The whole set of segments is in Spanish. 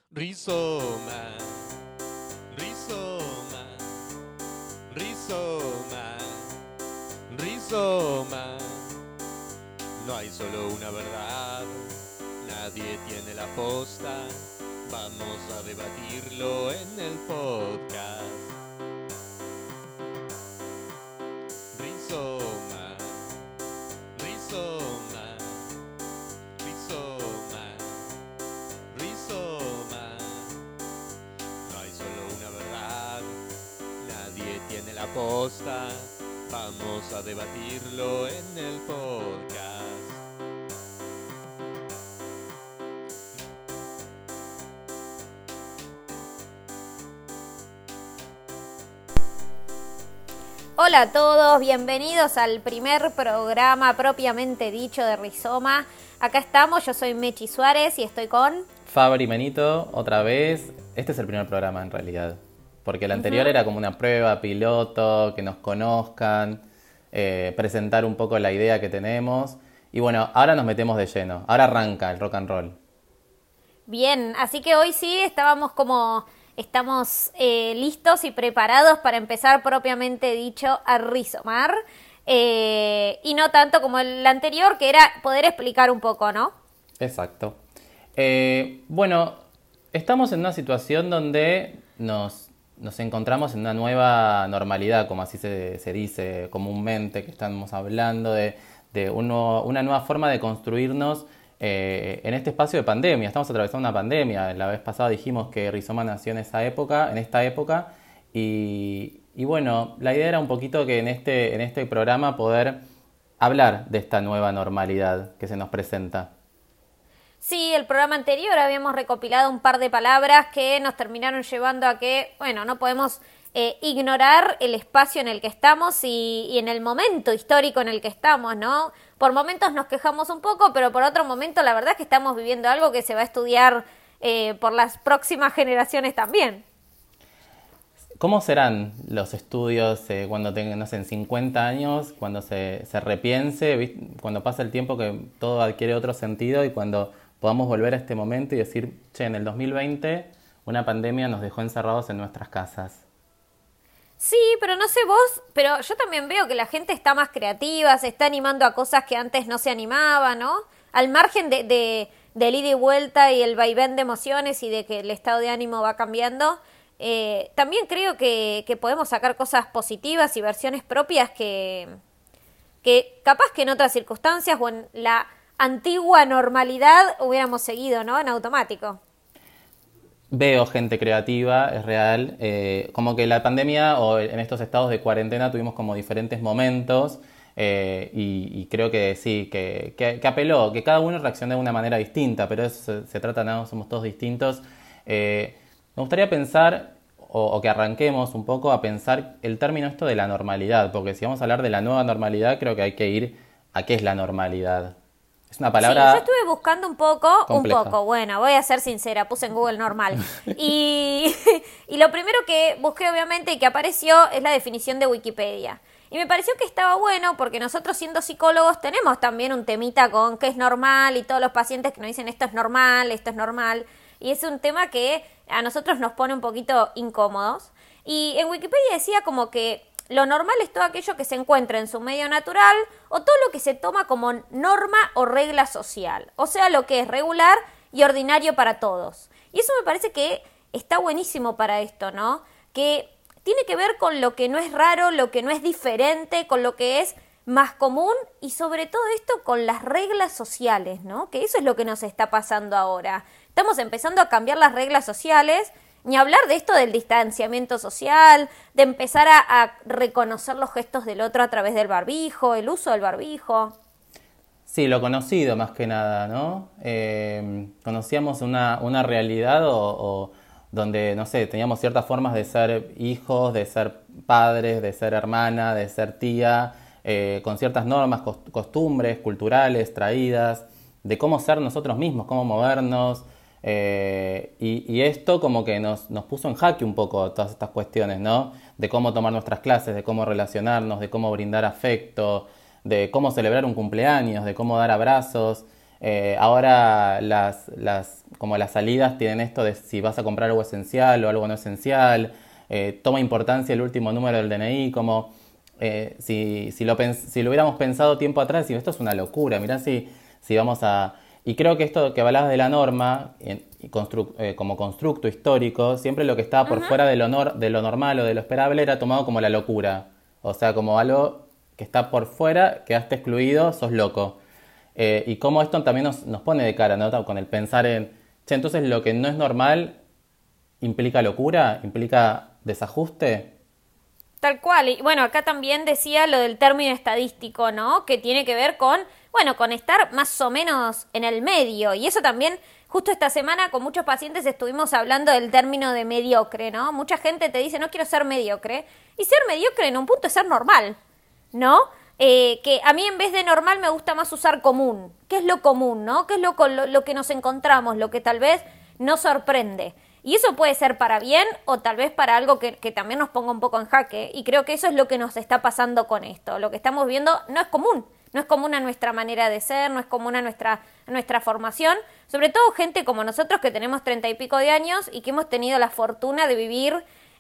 Rizoma, rizoma, rizoma, rizoma. No hay solo una verdad, nadie tiene la posta. Vamos a debatirlo en el podcast. Rizoma, rizoma, rizoma, rizoma. No hay solo una verdad, nadie tiene la posta. Vamos a debatirlo en el podcast. Hola a todos, bienvenidos al primer programa propiamente dicho de Rizoma. Acá estamos, yo soy Mechi Suárez y estoy con... Fabri Menito, otra vez. Este es el primer programa en realidad. Porque el anterior era como una prueba piloto, que nos conozcan, presentar un poco la idea que tenemos. Y bueno, ahora nos metemos de lleno. Ahora arranca el rock and roll. Bien, así que hoy sí estamos listos y preparados para empezar propiamente dicho a rizomar. Y no tanto como el anterior, que era poder explicar un poco, ¿no? Exacto. Bueno, estamos en una situación donde nos encontramos en una nueva normalidad, como así se dice comúnmente, que estamos hablando de una nueva forma de construirnos en este espacio de pandemia. Estamos atravesando una pandemia. La vez pasada dijimos que Rizoma nació en esta época, y bueno, la idea era un poquito que en este programa poder hablar de esta nueva normalidad que se nos presenta. Sí, el programa anterior habíamos recopilado un par de palabras que nos terminaron llevando a que, bueno, no podemos ignorar el espacio en el que estamos y en el momento histórico en el que estamos, ¿no? Por momentos nos quejamos un poco, pero por otro momento la verdad es que estamos viviendo algo que se va a estudiar por las próximas generaciones también. ¿Cómo serán los estudios cuando tengan, no sé, en 50 años, cuando se repiense, cuando pasa el tiempo que todo adquiere otro sentido y cuando podamos volver a este momento y decir, che, en el 2020 una pandemia nos dejó encerrados en nuestras casas? Sí, pero no sé vos, pero yo también veo que la gente está más creativa, se está animando a cosas que antes no se animaba, ¿no? Al margen del ida y vuelta y el vaivén de emociones y de que el estado de ánimo va cambiando, también creo que podemos sacar cosas positivas y versiones propias que capaz que en otras circunstancias o en la antigua normalidad hubiéramos seguido, ¿no? En automático. Veo gente creativa, es real. Como que la pandemia o en estos estados de cuarentena tuvimos como diferentes momentos, y creo que sí, que apeló, que cada uno reaccionó de una manera distinta, pero eso se trata, no somos todos distintos. Me gustaría pensar, o que arranquemos un poco a pensar el término esto de la normalidad, porque si vamos a hablar de la nueva normalidad, creo que hay que ir a qué es la normalidad. Es una Sí, yo palabra estuve buscando compleja. bueno, voy a ser sincera, puse en Google normal. Y, y lo primero que busqué obviamente y que apareció es la definición de Wikipedia. Y me pareció que estaba bueno porque nosotros siendo psicólogos tenemos también un temita con qué es normal y todos los pacientes que nos dicen esto es normal, esto es normal. Y es un tema que a nosotros nos pone un poquito incómodos. Y en Wikipedia decía como que lo normal es todo aquello que se encuentra en su medio natural o todo lo que se toma como norma o regla social. O sea, lo que es regular y ordinario para todos. Y eso me parece que está buenísimo para esto, ¿no? Que tiene que ver con lo que no es raro, lo que no es diferente, con lo que es más común y sobre todo esto con las reglas sociales, ¿no? Que eso es lo que nos está pasando ahora. Estamos empezando a cambiar las reglas sociales, ni hablar de esto del distanciamiento social, de empezar a reconocer los gestos del otro a través del barbijo, el uso del barbijo. Sí, lo conocido más que nada, ¿no? Conocíamos una realidad o donde, no sé, teníamos ciertas formas de ser hijos, de ser padres, de ser hermana, de ser tía, con ciertas normas, costumbres culturales traídas, de cómo ser nosotros mismos, cómo movernos. Y esto como que nos puso en jaque un poco todas estas cuestiones, ¿no? De cómo tomar nuestras clases, de cómo relacionarnos, de cómo brindar afecto, de cómo celebrar un cumpleaños, de cómo dar abrazos. Ahora como las salidas tienen esto de si vas a comprar algo esencial o algo no esencial, toma importancia el último número del DNI, como si lo hubiéramos pensado tiempo atrás, decimos, esto es una locura, mirá si vamos a... Y creo que esto que hablabas de la norma, como constructo histórico, siempre lo que estaba por fuera de lo normal o de lo esperable era tomado como la locura. O sea, como algo que está por fuera, quedaste excluido, sos loco. Y cómo esto también nos pone de cara, ¿no? Con el pensar en, che, entonces lo que no es normal implica locura, implica desajuste. Tal cual. Y bueno, acá también decía lo del término estadístico, ¿no? Que tiene que ver con, bueno, con estar más o menos en el medio. Y eso también, justo esta semana con muchos pacientes estuvimos hablando del término de mediocre, ¿no? Mucha gente te dice, no quiero ser mediocre. Y ser mediocre en un punto es ser normal, ¿no? Que a mí en vez de normal me gusta más usar común. ¿Qué es lo común, no? ¿Qué es lo que nos encontramos, lo que tal vez nos sorprende? Y eso puede ser para bien o tal vez para algo que también nos ponga un poco en jaque. Y creo que eso es lo que nos está pasando con esto. Lo que estamos viendo no es común. No es común a nuestra manera de ser, no es común a nuestra formación. Sobre todo gente como nosotros que tenemos 30 y pico de años y que hemos tenido la fortuna de vivir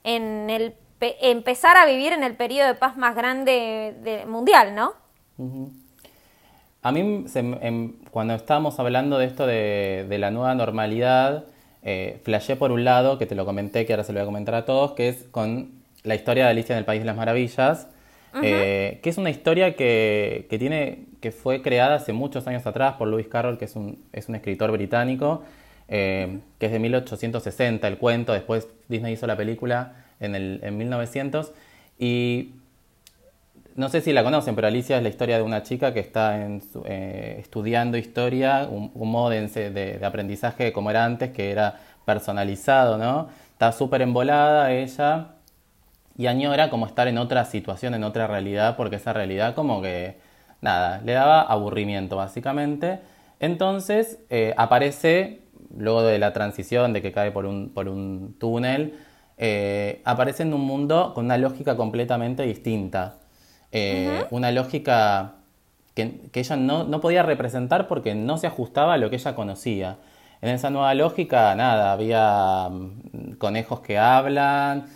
empezar a vivir en el periodo de paz más grande mundial, ¿no? Uh-huh. A mí, cuando estábamos hablando de esto de la nueva normalidad, flashé por un lado, que te lo comenté, que ahora se lo voy a comentar a todos, que es con la historia de Alicia en el País de las Maravillas, uh-huh. Que es una historia que fue creada hace muchos años atrás por Lewis Carroll, que es un escritor británico, que es de 1860 el cuento, después Disney hizo la película en 1900, y no sé si la conocen, pero Alicia es la historia de una chica que está estudiando historia, un modo de aprendizaje como era antes, que era personalizado, ¿no? Está súper embolada ella y añora como estar en otra situación, en otra realidad, porque esa realidad como que, nada, le daba aburrimiento básicamente. Entonces aparece, luego de la transición, de que cae por un túnel, aparece en un mundo con una lógica completamente distinta. Uh-huh. Una lógica que ella no podía representar porque no se ajustaba a lo que ella conocía. En esa nueva lógica, nada, había conejos que hablan,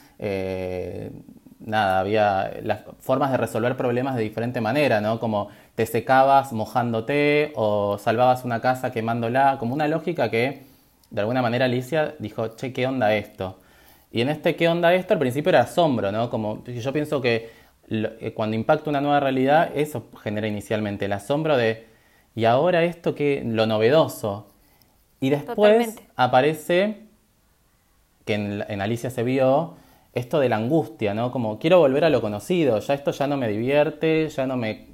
había las formas de resolver problemas de diferente manera, ¿no? Como te secabas mojándote o salvabas una casa quemándola, como una lógica que, de alguna manera, Alicia dijo, che, ¿qué onda esto? Y en este ¿qué onda esto? Al principio era asombro, ¿no? Como yo pienso que cuando impacta una nueva realidad, eso genera inicialmente el asombro de ¿y ahora esto qué? Lo novedoso. Y después totalmente aparece, que en Alicia se vio, esto de la angustia, ¿no? Como quiero volver a lo conocido, ya esto ya no me divierte, ya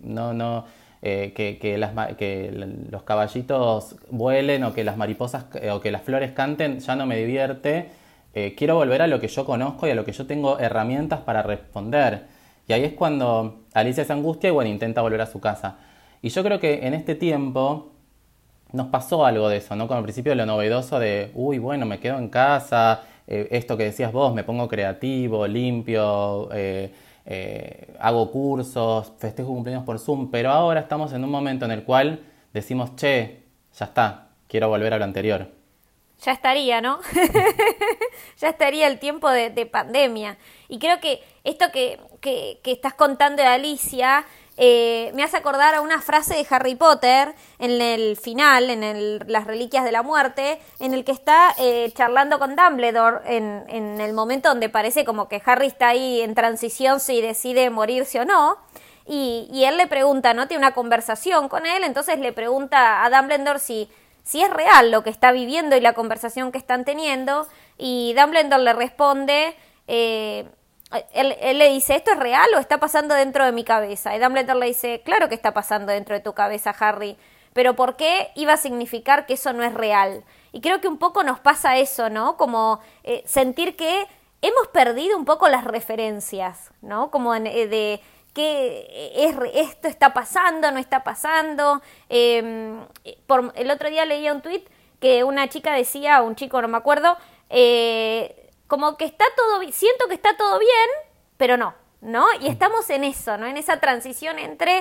que los caballitos vuelen o que las mariposas o que las flores canten, ya no me divierte. Quiero volver a lo que yo conozco y a lo que yo tengo herramientas para responder. Y ahí es cuando Alicia se angustia y bueno, intenta volver a su casa. Y yo creo que en este tiempo nos pasó algo de eso, ¿no? Como al principio lo novedoso de, uy, bueno, me quedo en casa, esto que decías vos, me pongo creativo, limpio, hago cursos, festejo cumpleaños por Zoom, pero ahora estamos en un momento en el cual decimos, che, ya está, quiero volver a lo anterior. Ya estaría, ¿no? Ya estaría el tiempo de pandemia. Y creo que esto que estás contando de Alicia me hace acordar a una frase de Harry Potter en el final, las Reliquias de la Muerte, en el que está charlando con Dumbledore en el momento donde parece como que Harry está ahí en transición si decide morirse o no. Y él le pregunta, ¿no? Tiene una conversación con él, entonces le pregunta a Dumbledore si es real lo que está viviendo y la conversación que están teniendo, y Dumbledore le responde, él le dice, ¿esto es real o está pasando dentro de mi cabeza? Y Dumbledore le dice, claro que está pasando dentro de tu cabeza, Harry, pero ¿por qué iba a significar que eso no es real? Y creo que un poco nos pasa eso, ¿no? Como sentir que hemos perdido un poco las referencias, ¿no? Como de que esto está pasando, no está pasando. El otro día leía un tuit que una chica decía, un chico, no me acuerdo, como que está todo bien, siento que está todo bien, pero no, ¿no? Y estamos en eso, ¿no? En esa transición entre,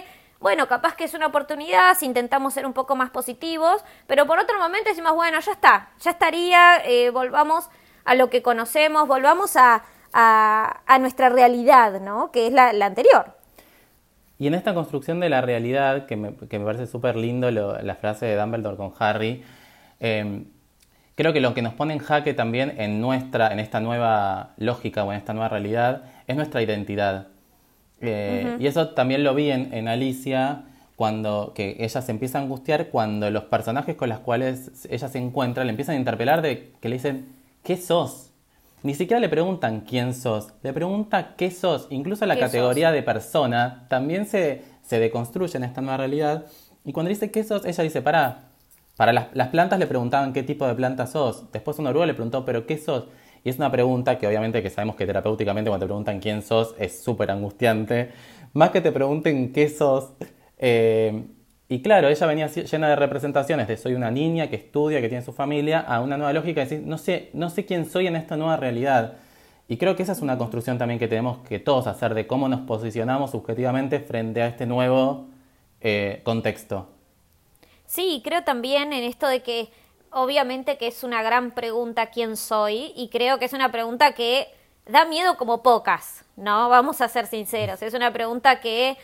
bueno, capaz que es una oportunidad, si intentamos ser un poco más positivos, pero por otro momento decimos, bueno, ya estaría, volvamos a lo que conocemos, volvamos a nuestra realidad, ¿no? Que es la anterior. Y en esta construcción de la realidad, que me parece súper lindo la frase de Dumbledore con Harry, creo que lo que nos pone en jaque también en esta nueva lógica o en esta nueva realidad es nuestra identidad. Y eso también lo vi en Alicia, que ella se empieza a angustiar cuando los personajes con los cuales ella se encuentra le empiezan a interpelar que le dicen, ¿qué sos? Ni siquiera le preguntan quién sos, le pregunta qué sos. Incluso la categoría de persona también se deconstruye en esta nueva realidad. Y cuando dice qué sos, ella dice, para las plantas le preguntaban qué tipo de planta sos. Después una oruga le preguntó, ¿pero qué sos? Y es una pregunta que obviamente que sabemos que terapéuticamente cuando te preguntan quién sos es súper angustiante. Más que te pregunten qué sos. Y claro, ella venía llena de representaciones de soy una niña que estudia, que tiene su familia, a una nueva lógica de decir, no sé quién soy en esta nueva realidad. Y creo que esa es una construcción también que tenemos que todos hacer de cómo nos posicionamos subjetivamente frente a este nuevo contexto. Sí, creo también en esto de que obviamente que es una gran pregunta quién soy y creo que es una pregunta que da miedo como pocas, ¿no? Vamos a ser sinceros, es una pregunta que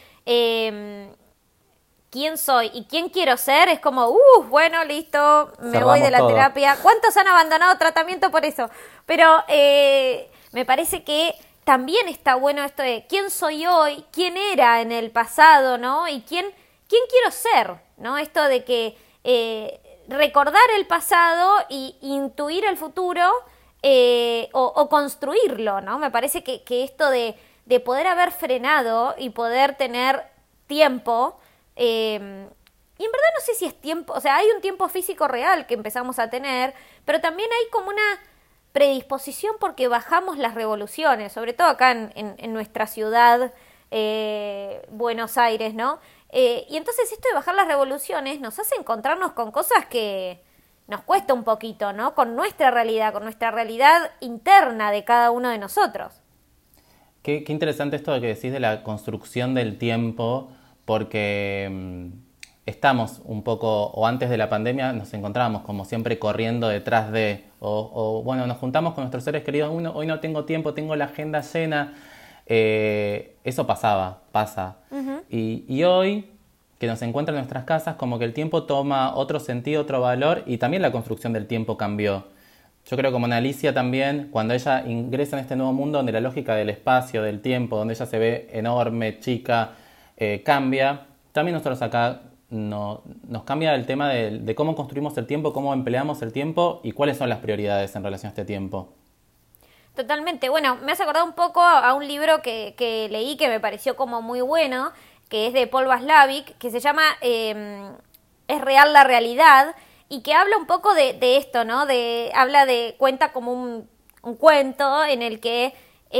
¿quién soy y quién quiero ser? Es como, bueno, listo, me Cerramos voy de la todo. terapia. ¿Cuántos han abandonado tratamiento por eso? Pero me parece que también está bueno esto de quién soy hoy, quién era en el pasado, ¿no? Y quién quiero ser, ¿no? Esto de que recordar el pasado y intuir el futuro o construirlo, ¿no? Me parece que esto de poder haber frenado y poder tener tiempo, y en verdad no sé si es tiempo, o sea, hay un tiempo físico real que empezamos a tener, pero también hay como una predisposición porque bajamos las revoluciones, sobre todo acá en nuestra ciudad, Buenos Aires, ¿no? Y entonces esto de bajar las revoluciones nos hace encontrarnos con cosas que nos cuesta un poquito, ¿no? Con nuestra realidad interna de cada uno de nosotros. Qué interesante esto de que decís de la construcción del tiempo, porque estamos un poco, o antes de la pandemia nos encontrábamos como siempre corriendo detrás bueno, nos juntamos con nuestros seres queridos, hoy no tengo tiempo, tengo la agenda llena. Eso pasa. Uh-huh. Y hoy, que nos encuentra en nuestras casas, como que el tiempo toma otro sentido, otro valor, y también la construcción del tiempo cambió. Yo creo como en Alicia también, cuando ella ingresa en este nuevo mundo donde la lógica del espacio, del tiempo, donde ella se ve enorme, chica, cambia, también nosotros acá nos cambia el tema de cómo construimos el tiempo, cómo empleamos el tiempo y cuáles son las prioridades en relación a este tiempo. Totalmente. Bueno, me has acordado un poco a un libro que leí que me pareció como muy bueno, que es de Paul Watzlawick, que se llama Es real la realidad, y que habla un poco de esto, ¿no? Cuenta como un cuento en el que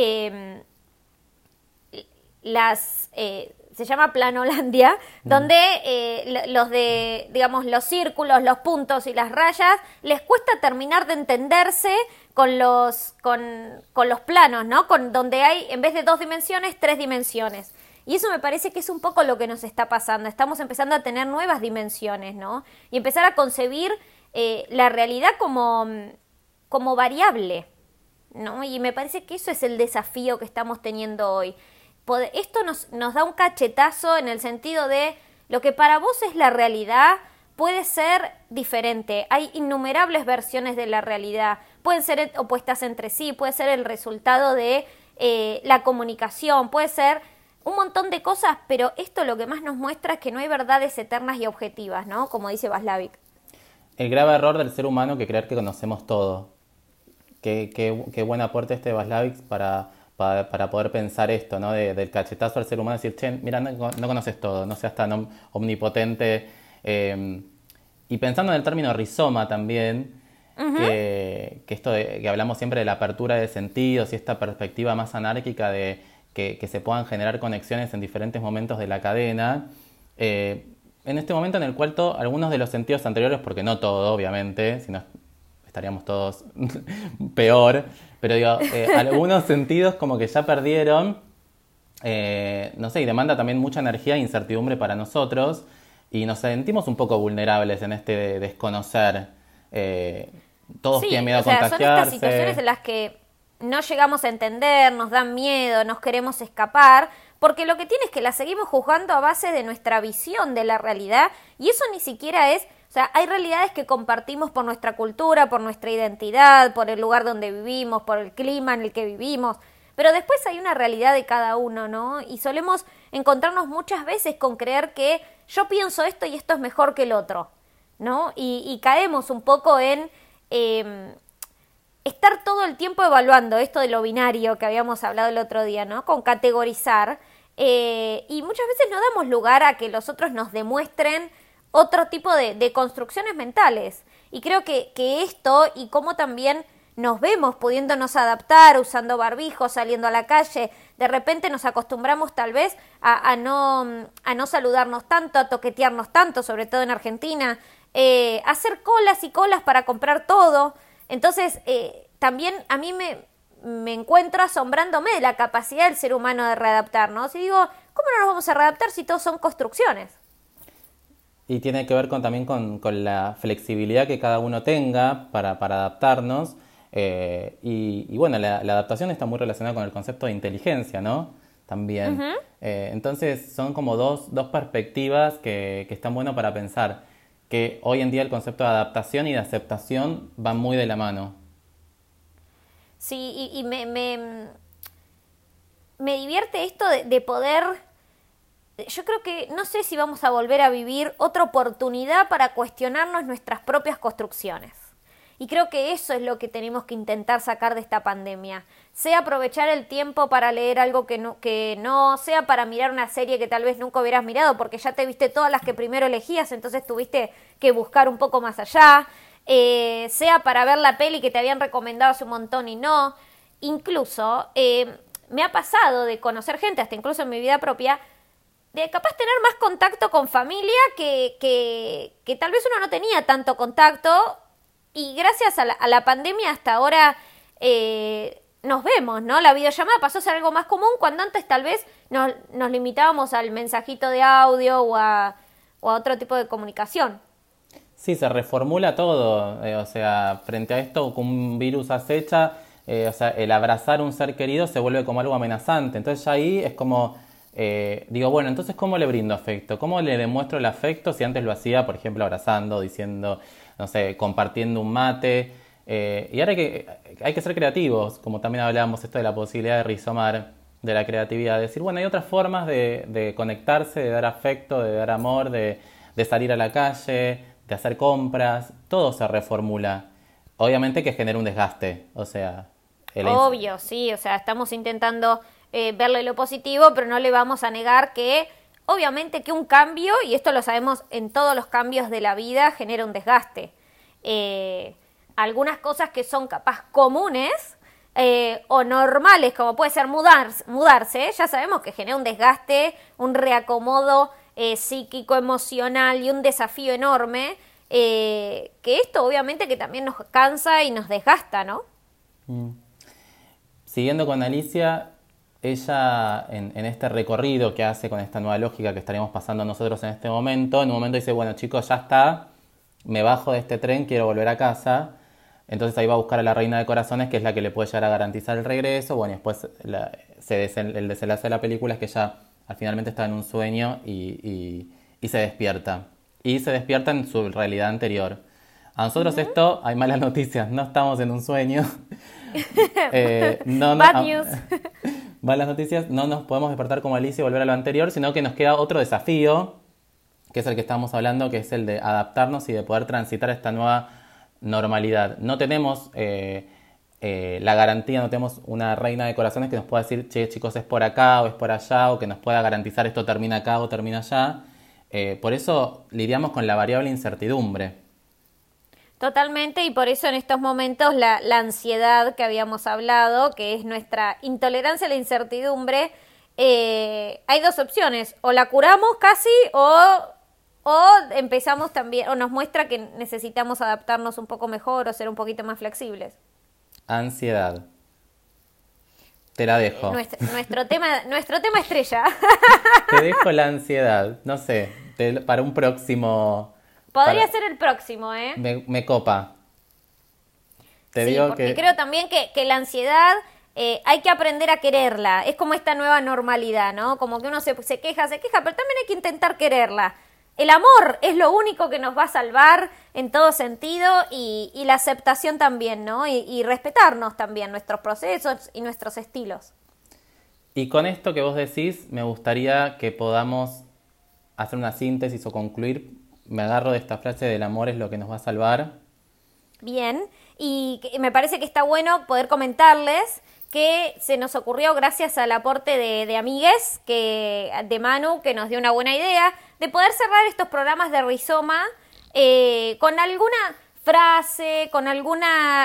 se llama Planolandia, donde los círculos, los puntos y las rayas les cuesta terminar de entenderse con los planos, ¿no? Donde hay, en vez de 2 dimensiones, 3 dimensiones. Y eso me parece que es un poco lo que nos está pasando. Estamos empezando a tener nuevas dimensiones, ¿no? Y empezar a concebir la realidad como variable, ¿no? Y me parece que eso es el desafío que estamos teniendo hoy. Esto nos da un cachetazo en el sentido de lo que para vos es la realidad puede ser diferente. Hay innumerables versiones de la realidad. Pueden ser opuestas entre sí, puede ser el resultado de la comunicación, puede ser un montón de cosas, pero esto lo que más nos muestra es que no hay verdades eternas y objetivas, ¿no? Como dice Watzlawick. El grave error del ser humano que creer que conocemos todo. Qué buen aporte este de Watzlawick para poder pensar esto, ¿no? Del cachetazo al ser humano, decir, che, mira, no conoces todo, no seas tan omnipotente. Y pensando en el término rizoma también, uh-huh. que esto que hablamos siempre de la apertura de sentidos y esta perspectiva más anárquica de que se puedan generar conexiones en diferentes momentos de la cadena, en este momento en el cual algunos de los sentidos anteriores, porque no todo, obviamente, si no estaríamos todos peor, pero digo, algunos sentidos como que ya perdieron no sé, y demanda también mucha energía e incertidumbre para nosotros y nos sentimos un poco vulnerables en este desconocer. Todos tienen Sí, miedo o a sea, son estas situaciones contagiarse. en las que no llegamos a entender, nos dan miedo, nos queremos escapar, porque lo que tiene es que la seguimos juzgando a base de nuestra visión de la realidad y eso ni siquiera es, o sea, hay realidades que compartimos por nuestra cultura, por nuestra identidad, por el lugar donde vivimos, por el clima en el que vivimos, pero después hay una realidad de cada uno, ¿no? Y solemos encontrarnos muchas veces con creer que yo pienso esto y esto es mejor que el otro, ¿no? Y caemos un poco en estar todo el tiempo evaluando esto de lo binario que habíamos hablado el otro día, ¿no? Con categorizar. Y muchas veces no damos lugar a que los otros nos demuestren otro tipo de construcciones mentales. Y creo que esto y cómo también nos vemos pudiéndonos adaptar, usando barbijos, saliendo a la calle, de repente nos acostumbramos tal vez a no saludarnos tanto, a toquetearnos tanto, sobre todo en Argentina, a hacer colas y colas para comprar todo. Entonces, también a mí me encuentro asombrándome de la capacidad del ser humano de readaptarnos. Y digo, ¿cómo no nos vamos a readaptar si todos son construcciones? Y tiene que ver también con la flexibilidad que cada uno tenga para adaptarnos. Y bueno, la adaptación está muy relacionada con el concepto de inteligencia, ¿no? También. Ujú. Entonces son como dos perspectivas que están buenas para pensar. Que hoy en día el concepto de adaptación y de aceptación van muy de la mano. Sí, y me divierte esto de poder. Yo creo que no sé si vamos a volver a vivir otra oportunidad para cuestionarnos nuestras propias construcciones. Y creo que eso es lo que tenemos que intentar sacar de esta pandemia. Sea aprovechar el tiempo para leer algo que no, sea para mirar una serie que tal vez nunca hubieras mirado porque ya te viste todas las que primero elegías, entonces tuviste que buscar un poco más allá. Sea para ver la peli que te habían recomendado hace un montón y no. Incluso me ha pasado de conocer gente, hasta incluso en mi vida propia, de capaz tener más contacto con familia que tal vez uno no tenía tanto contacto y gracias a la pandemia hasta ahora nos vemos, ¿no? La videollamada pasó a ser algo más común cuando antes tal vez nos limitábamos al mensajito de audio o a otro tipo de comunicación. Sí, se reformula todo, o sea, frente a esto, con un virus acecha, o sea, el abrazar a un ser querido se vuelve como algo amenazante. Entonces ya ahí es como, digo, bueno, entonces ¿cómo le brindo afecto? ¿Cómo le demuestro el afecto si antes lo hacía, por ejemplo, abrazando, diciendo, no sé, compartiendo un mate? Y ahora hay que ser creativos, como también hablábamos esto de la posibilidad de rizomar, de la creatividad, de decir, bueno, hay otras formas de conectarse, de dar afecto, de dar amor, de salir a la calle, de hacer compras, todo se reformula. Obviamente que genera un desgaste, o sea, Obvio, sí, o sea, estamos intentando verle lo positivo, pero no le vamos a negar que, obviamente, que un cambio, y esto lo sabemos en todos los cambios de la vida, genera un desgaste. Algunas cosas que son capaz comunes o normales, como puede ser mudarse, ya sabemos que genera un desgaste, un reacomodo psíquico, emocional y un desafío enorme, que esto obviamente que también nos cansa y nos desgasta, ¿no? siguiendo con Alicia, ella en este recorrido que hace con esta nueva lógica que estaríamos pasando nosotros en este momento, en un momento dice, bueno chicos, ya está, me bajo de este tren, quiero volver a casa. Entonces ahí va a buscar a la reina de corazones, que es la que le puede llegar a garantizar el regreso. Bueno, y después el desenlace de la película es que ella finalmente está en un sueño y se despierta. Y se despierta en su realidad anterior. A nosotros esto, hay malas noticias, no estamos en un sueño. Bad news. Malas noticias, no nos podemos despertar como Alicia y volver a lo anterior, sino que nos queda otro desafío, que es el que estábamos hablando, que es el de adaptarnos y de poder transitar esta nueva normalidad. No tenemos la garantía, no tenemos una reina de corazones que nos pueda decir, che, chicos, es por acá o es por allá, o que nos pueda garantizar esto termina acá o termina allá. Por eso lidiamos con la variable incertidumbre. Totalmente, y por eso en estos momentos la ansiedad que habíamos hablado, que es nuestra intolerancia a la incertidumbre, hay dos opciones, o la curamos casi o empezamos también, o nos muestra que necesitamos adaptarnos un poco mejor o ser un poquito más flexibles. Ansiedad. Te la dejo. Nuestro tema estrella. Te dejo la ansiedad. No sé, para un próximo... Podría ser el próximo, ¿eh? Me copa. Te Sí, digo porque que... creo también que la ansiedad hay que aprender a quererla. Es como esta nueva normalidad, ¿no? Como que uno se queja, pero también hay que intentar quererla. El amor es lo único que nos va a salvar en todo sentido y la aceptación también, ¿no? Y respetarnos también nuestros procesos y nuestros estilos. Y con esto que vos decís, me gustaría que podamos hacer una síntesis o concluir. Me agarro de esta frase del amor es lo que nos va a salvar. Bien, y me parece que está bueno poder comentarles que se nos ocurrió gracias al aporte de amigues, de Manu, que nos dio una buena idea, de poder cerrar estos programas de Rizoma con alguna frase, con alguna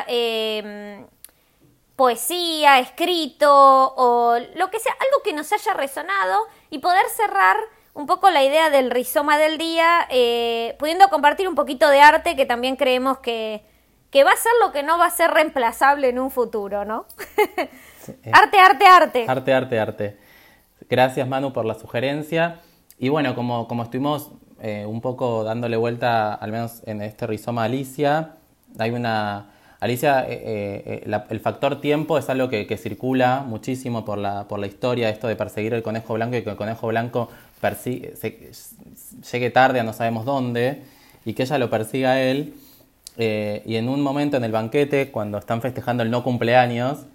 poesía, escrito o lo que sea, algo que nos haya resonado y poder cerrar un poco la idea del rizoma del día, pudiendo compartir un poquito de arte que también creemos que va a ser lo que no va a ser reemplazable en un futuro, ¿no? Sí, arte, arte, arte. Arte, arte, arte. Gracias, Manu, por la sugerencia. Y bueno, como estuvimos un poco dándole vuelta, al menos en este rizoma a Alicia, hay una... Alicia, el factor tiempo es algo que circula muchísimo por la historia, esto de perseguir el conejo blanco y que el conejo blanco llegue tarde a no sabemos dónde y que ella lo persiga a él. Y en un momento en el banquete, cuando están festejando el no cumpleaños,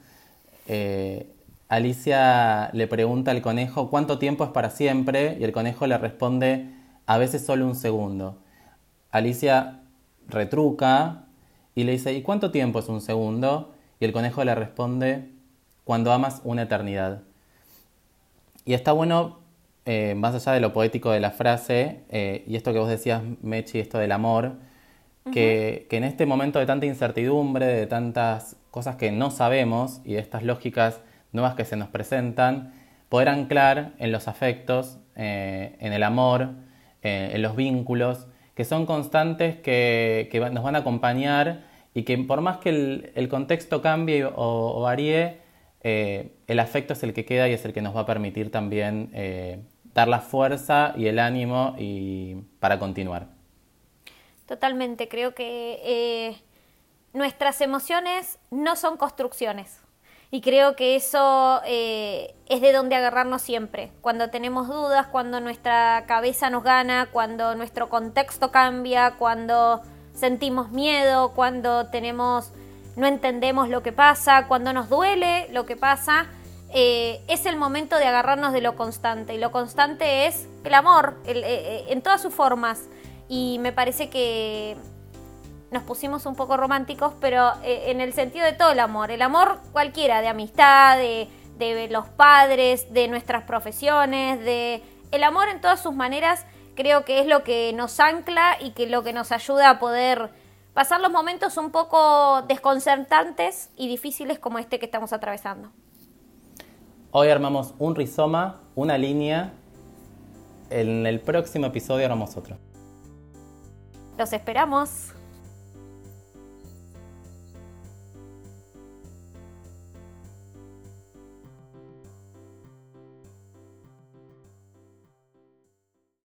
Alicia le pregunta al conejo ¿cuánto tiempo es para siempre? Y el conejo le responde a veces solo un segundo. Alicia retruca y le dice ¿y cuánto tiempo es un segundo? Y el conejo le responde cuando amas una eternidad. Y está bueno, más allá de lo poético de la frase, y esto que vos decías, Mechi, esto del amor, que en este momento de tanta incertidumbre, de tantas cosas que no sabemos y de estas lógicas nuevas que se nos presentan, poder anclar en los afectos, en el amor, en los vínculos, que son constantes, que nos van a acompañar y que por más que el contexto cambie o varíe, el afecto es el que queda y es el que nos va a permitir también dar la fuerza y el ánimo para continuar. Totalmente, creo que nuestras emociones no son construcciones y creo que eso es de donde agarrarnos siempre. Cuando tenemos dudas, cuando nuestra cabeza nos gana, cuando nuestro contexto cambia, cuando sentimos miedo, cuando no entendemos lo que pasa, cuando nos duele lo que pasa, es el momento de agarrarnos de lo constante. Y lo constante es el amor en todas sus formas. Y me parece que nos pusimos un poco románticos, pero en el sentido de todo el amor cualquiera, de amistad, de los padres, de nuestras profesiones, el amor en todas sus maneras, creo que es lo que nos ancla y que lo que nos ayuda a poder pasar los momentos un poco desconcertantes y difíciles como este que estamos atravesando. Hoy armamos un rizoma, una línea. En el próximo episodio armamos otro. Los esperamos.